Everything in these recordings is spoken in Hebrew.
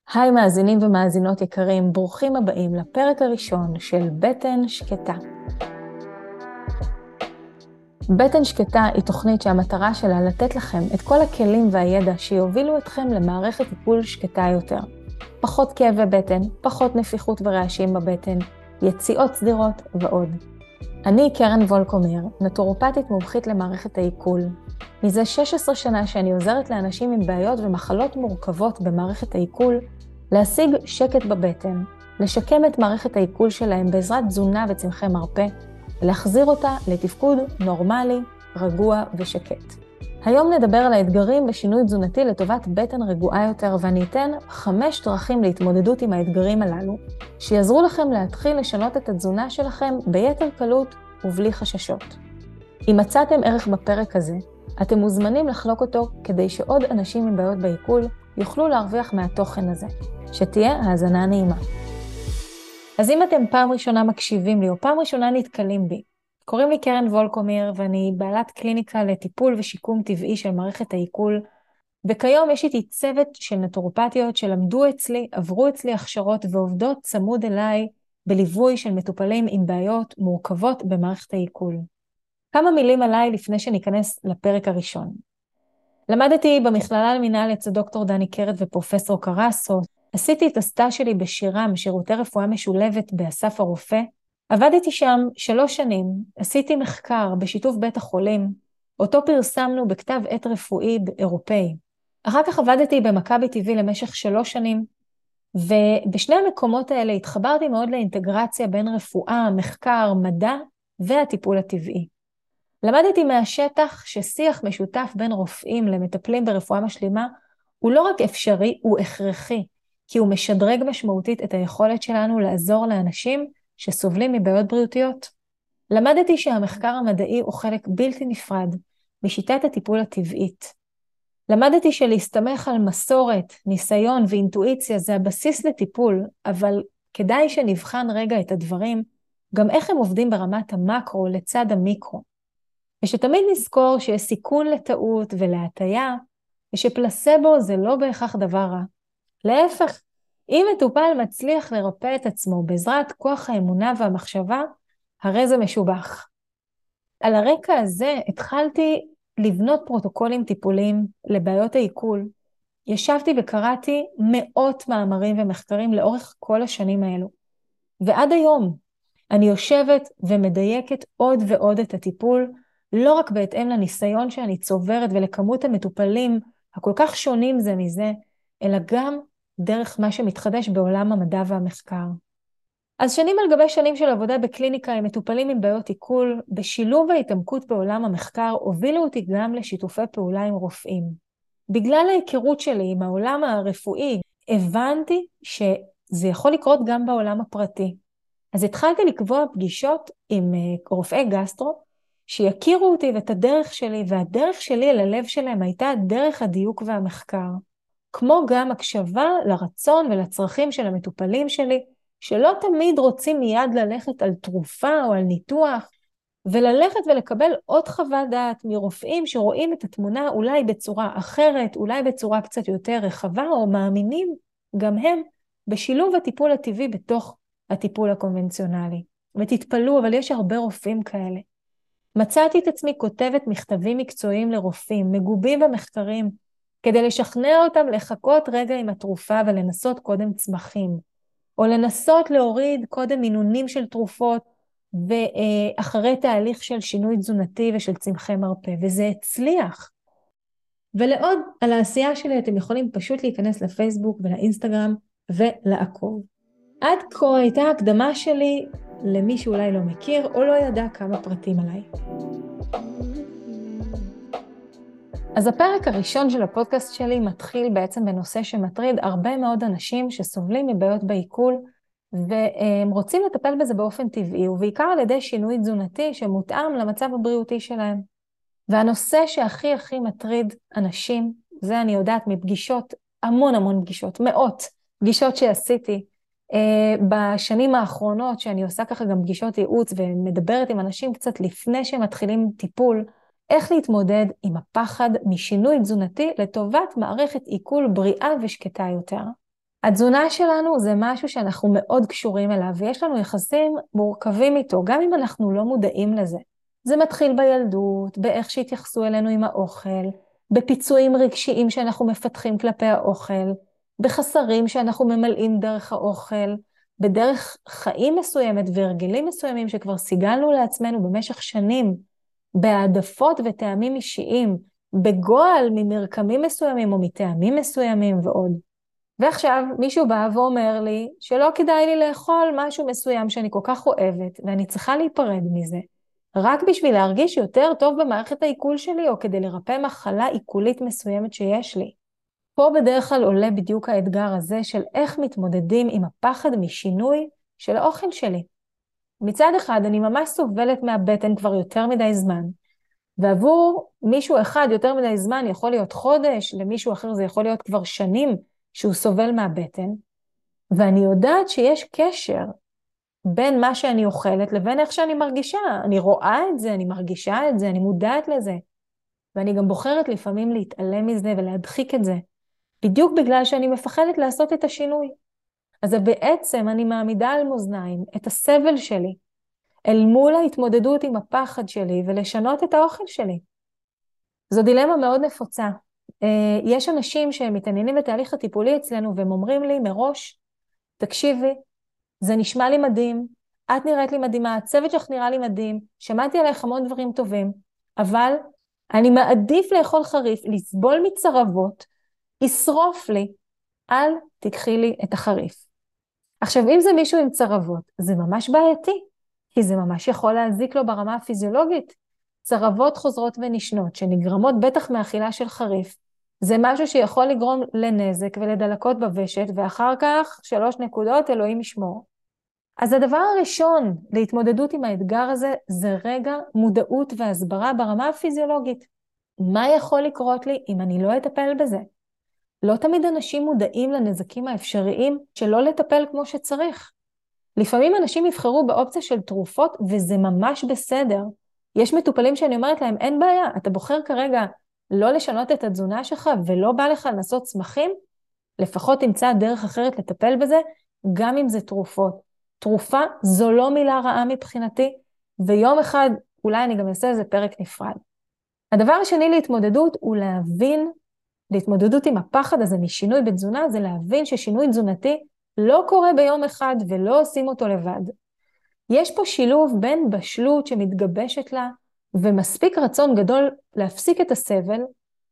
היי מאזינים ומאזינות יקרים, ברוכים הבאים לפרק הראשון של בטן שקטה. בטן שקטה היא תוכנית שהמטרה שלה לתת לכם את כל הכלים והידע שיובילו אתכם למערכת טיפול שקטה יותר. פחות כאבי בטן, פחות נפיחות ורעשים בבטן, יציאות סדירות ועוד. אני קרן וולקומיר, נטורופטית מומחית למערכת העיכול. מזה 16 שנה שאני עוזרת לאנשים עם בעיות ומחלות מורכבות במערכת העיכול, להשיג שקט בבטן, לשקם את מערכת העיכול שלהם בעזרת תזונה וצמחי מרפא, ולהחזיר אותה לתפקוד נורמלי, רגוע ושקט. היום נדבר על האתגרים בשינוי תזונתי לטובת בטן רגועה יותר, ואני אתן 5 דרכים להתמודדות עם האתגרים הללו, שיעזרו לכם להתחיל לשנות את התזונה שלכם ביתר קלות ובלי חששות. אם מצאתם ערך בפרק הזה, אתם מוזמנים לחלוק אותו כדי שעוד אנשים עם בעיות בעיכול יוכלו להרוויח מהתוכן הזה. שתהיה האזנה נעימה. אז אם אתם פעם ראשונה מקשיבים לי או פעם ראשונה נתקלים בי, קוראים לי קרן וולקומיר ואני בעלת קליניקה לטיפול ושיקום טבעי של מערכת העיכול, וכיום יש איתי צוות של נטורופטיות שלמדו אצלי, עברו אצלי הכשרות ועובדות צמוד אליי בליווי של מטופלים עם בעיות מורכבות במערכת העיכול. כמה מילים עליי לפני שניכנס לפרק הראשון. למדתי במכללה למינהל אצל דוקטור דני קרת ופרופסור קרסו, עשיתי את הסטאז' שלי בשיר"ם, שירותי רפואה משולבת באסף הרופא, עבדתי שם 3 שנים, עשיתי מחקר בשיתוף בית החולים, אותו פרסמנו בכתב עת רפואי אירופאי. אחר כך עבדתי במכבי טבעי למשך 3 שנים, ובשני המקומות האלה התחברתי מאוד לאינטגרציה בין רפואה, מחקר, מדע והטיפול הטבעי. למדתי מהשטח ששיח משותף בין רופאים למטפלים ברפואה משלימה הוא לא רק אפשרי, הוא הכרחי, כי הוא משדרג משמעותית את היכולת שלנו לעזור לאנשים שסובלים מבעיות בריאותיות. למדתי שהמחקר המדעי הוא חלק בלתי נפרד בשיטת הטיפול הטבעית. למדתי שלהסתמך על מסורת, ניסיון ואינטואיציה זה הבסיס לטיפול, אבל כדאי שנבחן רגע את הדברים, גם איך הם עובדים ברמת המקרו לצד המיקרו. ושתמיד נזכור שיש סיכון לטעות ולהטיה, ושפלסבו זה לא בהכרח דבר רע. להפך, אם מטופל מצליח לרפא את עצמו בעזרת כוח האמונה והמחשבה, הרי זה משובח. על הרקע הזה התחלתי לבנות פרוטוקולים טיפוליים לבעיות העיכול. ישבתי וקראתי מאות מאמרים ומחקרים לאורך כל השנים האלו. ועד היום אני יושבת ומדייקת עוד ועוד את הטיפול, לא רק בהתאם לניסיון שאני צוברת ולכמות המטופלים הכל כך שונים זה מזה, אלא גם דרך מה שמתחדש בעולם המדע והמחקר. אז שנים על גבי שנים של עבודה בקליניקה עם מטופלים עם בעיות עיכול, בשילוב ההתעמקות בעולם המחקר, הובילו אותי גם לשיתופי פעולה עם רופאים. בגלל ההיכרות שלי עם העולם הרפואי, הבנתי שזה יכול לקרות גם בעולם הפרטי. אז התחלתי לקבוע פגישות עם רופאי גסטרו, שיכירו אותי ואת הדרך שלי, והדרך שלי אל הלב שלהם הייתה דרך הדיוק והמחקר. כמו גם הקשבה לרצון ולצרכים של המטופלים שלי, שלא תמיד רוצים מיד ללכת על תרופה או על ניתוח, וללכת ולקבל עוד חוות דעת מרופאים שרואים את התמונה אולי בצורה אחרת, אולי בצורה קצת יותר רחבה, או מאמינים גם הם בשילוב הטיפול הטבעי בתוך הטיפול הקונבנציונלי. ותתפלאו, אבל יש הרבה רופאים כאלה. מצאתי את עצמי כותבת מכתבים מקצועיים לרופאים, מגובים במחקרים, כדי לשכנע אותם לחכות רגע עם התרופה ולנסות קודם צמחים, או לנסות להוריד קודם מינונים של תרופות, ואחרי תהליך של שינוי תזונתי ושל צמחי מרפא, וזה הצליח. ולעוד על העשייה שלי אתם יכולים פשוט להיכנס לפייסבוק ולאינסטגרם ולעקוב. עד כה הייתה הקדמה שלי למי שאולי לא מכיר או לא ידע כמה פרטים עליי. אז הפרק הראשון של הפודקאסט שלי מתחיל בעצם בנושא שמטריד הרבה מאוד אנשים שסובלים מבעיות בעיכול, והם רוצים לטפל בזה באופן טבעי, ובעיקר על ידי שינוי תזונתי שמותאם למצב הבריאותי שלהם. והנושא שהכי מטריד אנשים, זה אני יודעת מפגישות, המון פגישות, מאות פגישות שעשיתי, בשנים האחרונות שאני עושה ככה גם פגישות ייעוץ ומדברת עם אנשים קצת לפני שהם מתחילים טיפול, איך להתמודד עם הפחד משינוי תזונתי לטובת מערכת עיכול בריאה ושקטה יותר. התזונה שלנו זה משהו שאנחנו מאוד קשורים אליו, ויש לנו יחסים מורכבים איתו, גם אם אנחנו לא מודעים לזה. זה מתחיל בילדות, באיך שהתייחסו אלינו עם האוכל, בפיצויים רגשיים שאנחנו מפתחים כלפי האוכל, בחסרים שאנחנו ממלאים דרך האוכל, בדרך חיים מסוימת והרגלים מסוימים שכבר סיגלנו לעצמנו במשך שנים, בהעדפות וטעמים אישיים, בגועל ממרקמים מסוימים או מטעמים מסוימים ועוד. ועכשיו מישהו בא ואומר לי שלא כדאי לי לאכול משהו מסוים שאני כל כך אוהבת, ואני צריכה להיפרד מזה, רק בשביל להרגיש יותר טוב במערכת העיכול שלי, או כדי לרפא מחלה עיכולית מסוימת שיש לי. פה בדרך כלל עולה בדיוק האתגר הזה של איך מתמודדים עם הפחד משינוי של האוכל שלי. מצד אחד אני ממש סובלת מהבטן כבר יותר מדי זמן, ועבור מישהו אחד יותר מדי זמן יכול להיות חודש, למישהו אחר זה יכול להיות כבר שנים שהוא סובל מהבטן, ואני יודעת שיש קשר בין מה שאני אוכלת לבין איך שאני מרגישה. אני רואה את זה, אני מרגישה את זה, אני מודעת לזה, ואני גם בוחרת לפעמים להתעלם מזה ולהדחיק את זה, בדיוק בגלל שאני מפחדת לעשות את השינוי. אז בעצם אני מעמידה על מאזניים את הסבל שלי, אל מול ההתמודדות עם הפחד שלי, ולשנות את האוכל שלי. זו דילמה מאוד נפוצה. יש אנשים שמתעניינים בתהליך הטיפולי אצלנו, והם אומרים לי מראש, תקשיבי, זה נשמע לי מדהים, את נראית לי מדהימה, הצוות שלך נראה לי מדהים, שמעתי עליך המון דברים טובים, אבל אני מעדיף לאכול חריף, לסבול מצרבות, ישרוף לי, אל תקחי לי את החריף. עכשיו, אם זה מישהו עם צרבות, זה ממש בעייתי, כי זה ממש יכול להזיק לו ברמה הפיזיולוגית. צרבות חוזרות ונשנות, שנגרמות בטח מאכילה של חריף, זה משהו שיכול לגרום לנזק ולדלקות בוושת, ואחר כך 3 נקודות, אלוהים ישמור. אז הדבר הראשון להתמודדות עם האתגר הזה, זה רגע מודעות והסברה ברמה הפיזיולוגית. מה יכול לקרות לי אם אני לא אטפל בזה? לא תמיד אנשים מודעים לנזקים האפשריים שלא לטפל כמו שצריך. לפעמים אנשים יבחרו באופציה של תרופות, וזה ממש בסדר. יש מטופלים שאני אומרת להם, אין בעיה, אתה בוחר כרגע לא לשנות את התזונה שלך, ולא בא לך לנסות צמחים, לפחות תמצא דרך אחרת לטפל בזה, גם אם זה תרופות. תרופה זו לא מילה רעה מבחינתי, ויום אחד אולי אני גם אעשה איזה פרק נפרד. הדבר השני להתמודדות הוא להבין, להתמודדות עם הפחד הזה משינוי בתזונה, זה להבין ששינוי תזונתי לא קורה ביום אחד ולא עושים אותו לבד. יש פה שילוב בין בשלות שמתגבשת לה, ומספיק רצון גדול להפסיק את הסבל,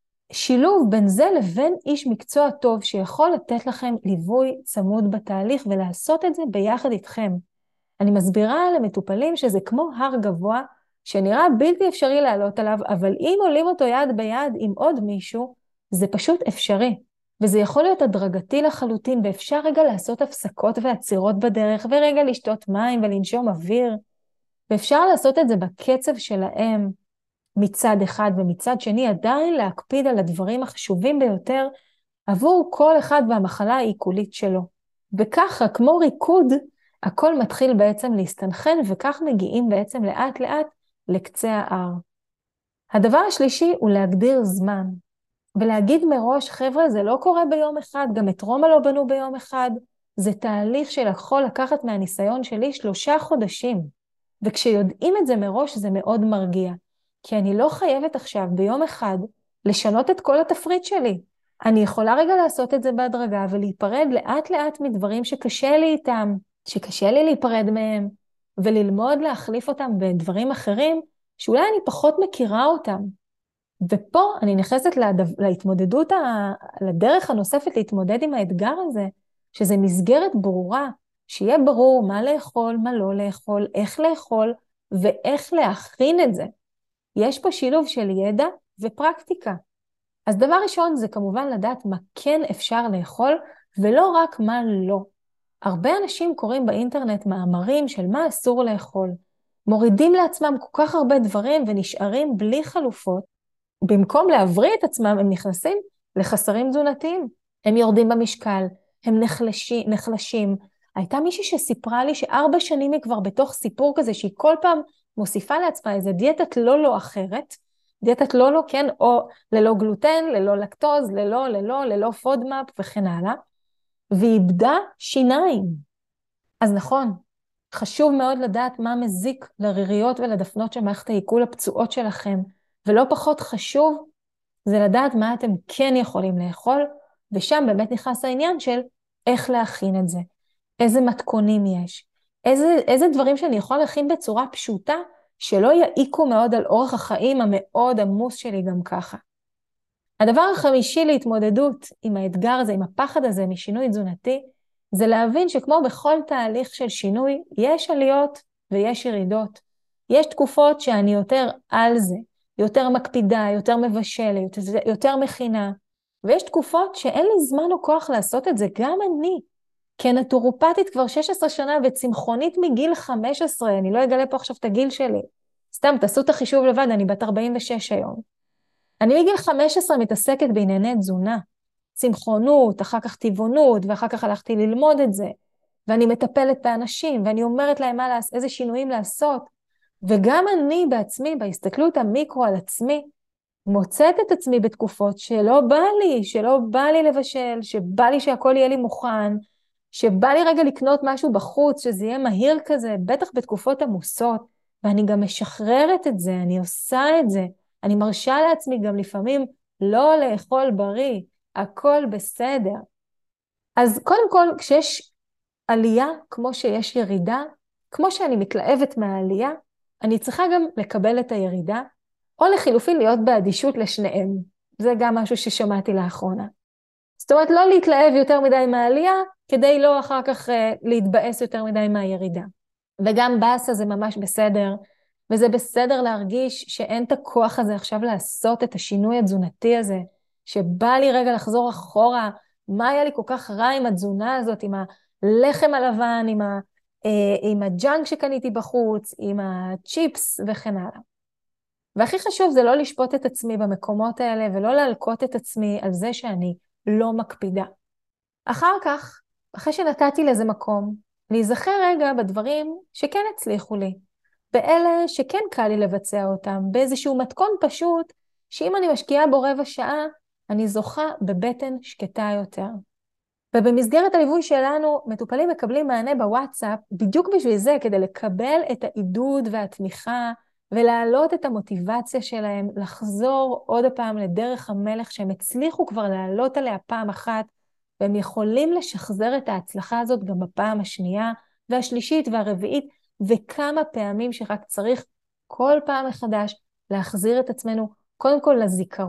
שילוב בין זה לבין איש מקצוע טוב שיכול לתת לכם ליווי צמוד בתהליך ולעשות את זה ביחד איתכם. אני מסבירה למטופלים שזה כמו הר גבוה שנראה בלתי אפשרי לעלות עליו, אבל אם עולים אותו יד ביד עם עוד מישהו, זה פשוט אפשרי. וזה יכול להיות הדרגתי לחלוטין, ואפשר רגע לעשות הפסקות ועצירות בדרך, ורגע לשתות מים ולנשום אוויר, ואפשר לעשות את זה בקצב שלהם מצד אחד, ומצד שני עדיין להקפיד על הדברים החשובים ביותר עבור כל אחד והמחלה העיכולית שלו. וככה, כמו ריקוד, הכל מתחיל בעצם להסתנכן, וכך מגיעים בעצם לאט לאט לקצה ההר. הדבר השלישי הוא להגדיר זמן. ולהגיד מראש, חבר'ה, זה לא קורה ביום אחד, גם את רומא לא בנו ביום אחד, זה תהליך שיכול לקחת מהניסיון שלי 3 חודשים, וכשיודעים את זה מראש זה מאוד מרגיע, כי אני לא חייבת עכשיו ביום אחד לשנות את כל התפריט שלי, אני יכולה רגע לעשות את זה בהדרגה, ולהיפרד לאט לאט מדברים שקשה לי איתם, שקשה לי להיפרד מהם, וללמוד להחליף אותם בדברים אחרים, שאולי אני פחות מכירה אותם, ופה אני נכנסת להתמודדות, לדרך הנוספת להתמודד עם האתגר הזה, שזה מסגרת ברורה, שיהיה ברור מה לאכול, מה לא לאכול, איך לאכול, ואיך להכין את זה. יש פה שילוב של ידע ופרקטיקה. אז דבר ראשון זה כמובן לדעת מה כן אפשר לאכול, ולא רק מה לא. הרבה אנשים קוראים באינטרנט מאמרים של מה אסור לאכול. מורידים לעצמם כל כך הרבה דברים ונשארים בלי חלופות, במקום להבריא את עצמם, הם נכנסים לחסרים תזונתיים. הם יורדים במשקל, הם נחלשים. הייתה מישהי שסיפרה לי ש4 שנים היא כבר בתוך סיפור כזה, שהיא כל פעם מוסיפה לעצמה איזה דיאטת לא אחרת, דיאטת לא, כן, או ללא גלוטן, ללא לקטוז, ללא פודמאפ וכן הלאה. והיא איבדה שיניים. אז נכון, חשוב מאוד לדעת מה מזיק לריריות ולדפנות של מערכת העיכול הפצועות שלכם, ולא פחות חשוב זה לדעת מה אתם כן יכולים לאכול, ושם באמת נכנס העניין של איך להכין את זה, איזה מתכונים יש, איזה דברים שאני יכולה להכין בצורה פשוטה, שלא יעיקו מאוד על אורח החיים המאוד עמוס שלי גם ככה. הדבר החמישי להתמודדות עם האתגר הזה, עם הפחד הזה משינוי תזונתי, זה להבין שכמו בכל תהליך של שינוי, יש עליות ויש ירידות. יש תקופות שאני יותר על זה, יותר מקפידה, יותר מבשלת, יותר מכינה, ויש תקופות שאין לי זמן או כוח לעשות את זה, גם אני. כנטורופטית כבר 16 שנה וצמחונית מגיל 15, אני לא אגלה פה עכשיו את הגיל שלי. סתם, תעשו את החישוב לבד, אני בת 46 היום. אני מגיל 15 מתעסקת בענייני תזונה, צמחונות, אחר כך טבעונות, ואחר כך הלכתי ללמוד את זה, ואני מטפלת באנשים, ואני אומרת להם איזה שינויים לעשות, וגם אני בעצמי, בהסתכלות המיקרו על עצמי, מוצאת את עצמי בתקופות שלא בא לי לבשל, שבא לי שהכל יהיה לי מוכן, שבא לי רגע לקנות משהו בחוץ, שזה יהיה מהיר כזה, בטח בתקופות עמוסות, ואני גם משחררת את זה, אני עושה את זה, אני מרשה לעצמי גם לפעמים לא לאכול בריא, הכל בסדר. אז קודם כל, כשיש עלייה כמו שיש ירידה, כמו שאני מתלהבת מהעלייה, אני צריכה גם לקבל את הירידה, או לחילופין להיות באדישות לשניהם. זה גם משהו ששמעתי לאחרונה. זאת אומרת, לא להתלהב יותר מדי מהעלייה, כדי לא אחר כך להתבאס יותר מדי מהירידה. וגם באסה זה ממש בסדר, וזה בסדר להרגיש שאין את הכוח הזה עכשיו לעשות את השינוי התזונתי הזה, שבא לי רגע לחזור אחורה, מה היה לי כל כך רע עם התזונה הזאת, עם הלחם הלבן, עם הג'אנק שקניתי בחוץ, עם הצ'יפס וכן הלאה. והכי חשוב זה לא לשפוט את עצמי במקומות האלה, ולא להלקות את עצמי על זה שאני לא מקפידה. אחר כך, אחרי שנתתי לזה מקום, להיזכר רגע בדברים שכן הצליחו לי, באלה שכן קל לי לבצע אותם, באיזשהו מתכון פשוט, שאם אני משקיעה בו רבע שעה, אני זוכה בבטן שקטה יותר. ובמסגרת הליווי שלנו, מטופלים מקבלים מענה בוואטסאפ, בדיוק בשביל זה, כדי לקבל את העידוד והתמיכה, ולהעלות את המוטיבציה שלהם, לחזור עוד הפעם לדרך המלך, שהם הצליחו כבר לעלות עליה פעם אחת, והם יכולים לשחזר את ההצלחה הזאת גם בפעם השנייה, והשלישית והרביעית, וכמה פעמים שרק צריך כל פעם מחדש להחזיר את עצמנו, קודם כל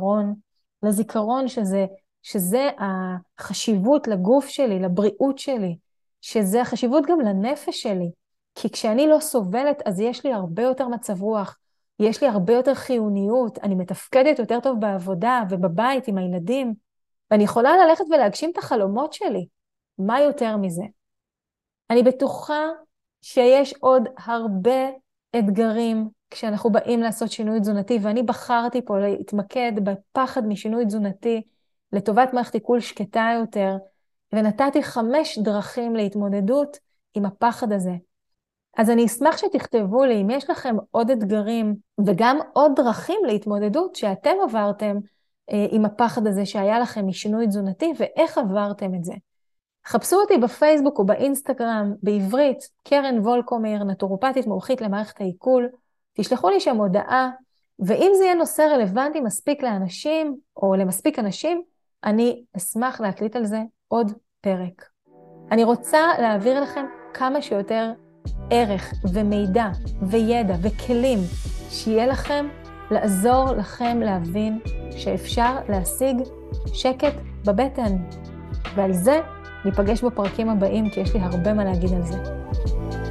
לזיכרון שזה החשיבות לגוף שלי, לבריאות שלי, שזה החשיבות גם לנפש שלי, כי כשאני לא סובלת, אז יש לי הרבה יותר מצב רוח, יש לי הרבה יותר חיוניות, אני מתפקדת יותר טוב בעבודה ובבית עם הילדים, ואני יכולה ללכת ולהגשים את החלומות שלי. מה יותר מזה? אני בטוחה שיש עוד הרבה אתגרים כשאנחנו באים לעשות שינוי תזונתי, ואני בחרתי פה להתמקד בפחד משינוי תזונתי לטובת מערכת עיכול שקטה יותר, ונתתי 5 דרכים להתמודדות עם הפחד הזה. אז אני אשמח שתכתבו לי אם יש לכם עוד אתגרים וגם עוד דרכים להתמודדות שאתם עברתם עם הפחד הזה שהיה לכם משינוי תזונתי ואיך עברתם את זה. חפשו אותי בפייסבוק או באינסטגרם בעברית, קרן וולקומיר, נטורופטית מומחית למערכת העיכול. תשלחו לי שם הודעה, ואם זה יהיה נושא רלוונטי מספיק לאנשים או למספיק אנשים, אני אשמח להקליט על זה עוד פרק. אני רוצה להעביר לכם כמה שיותר ערך ומידע וידע וכלים שיהיה לכם, לעזור לכם להבין שאפשר להשיג שקט בבטן. ועל זה ניפגש בפרקים הבאים, כי יש לי הרבה מה להגיד על זה.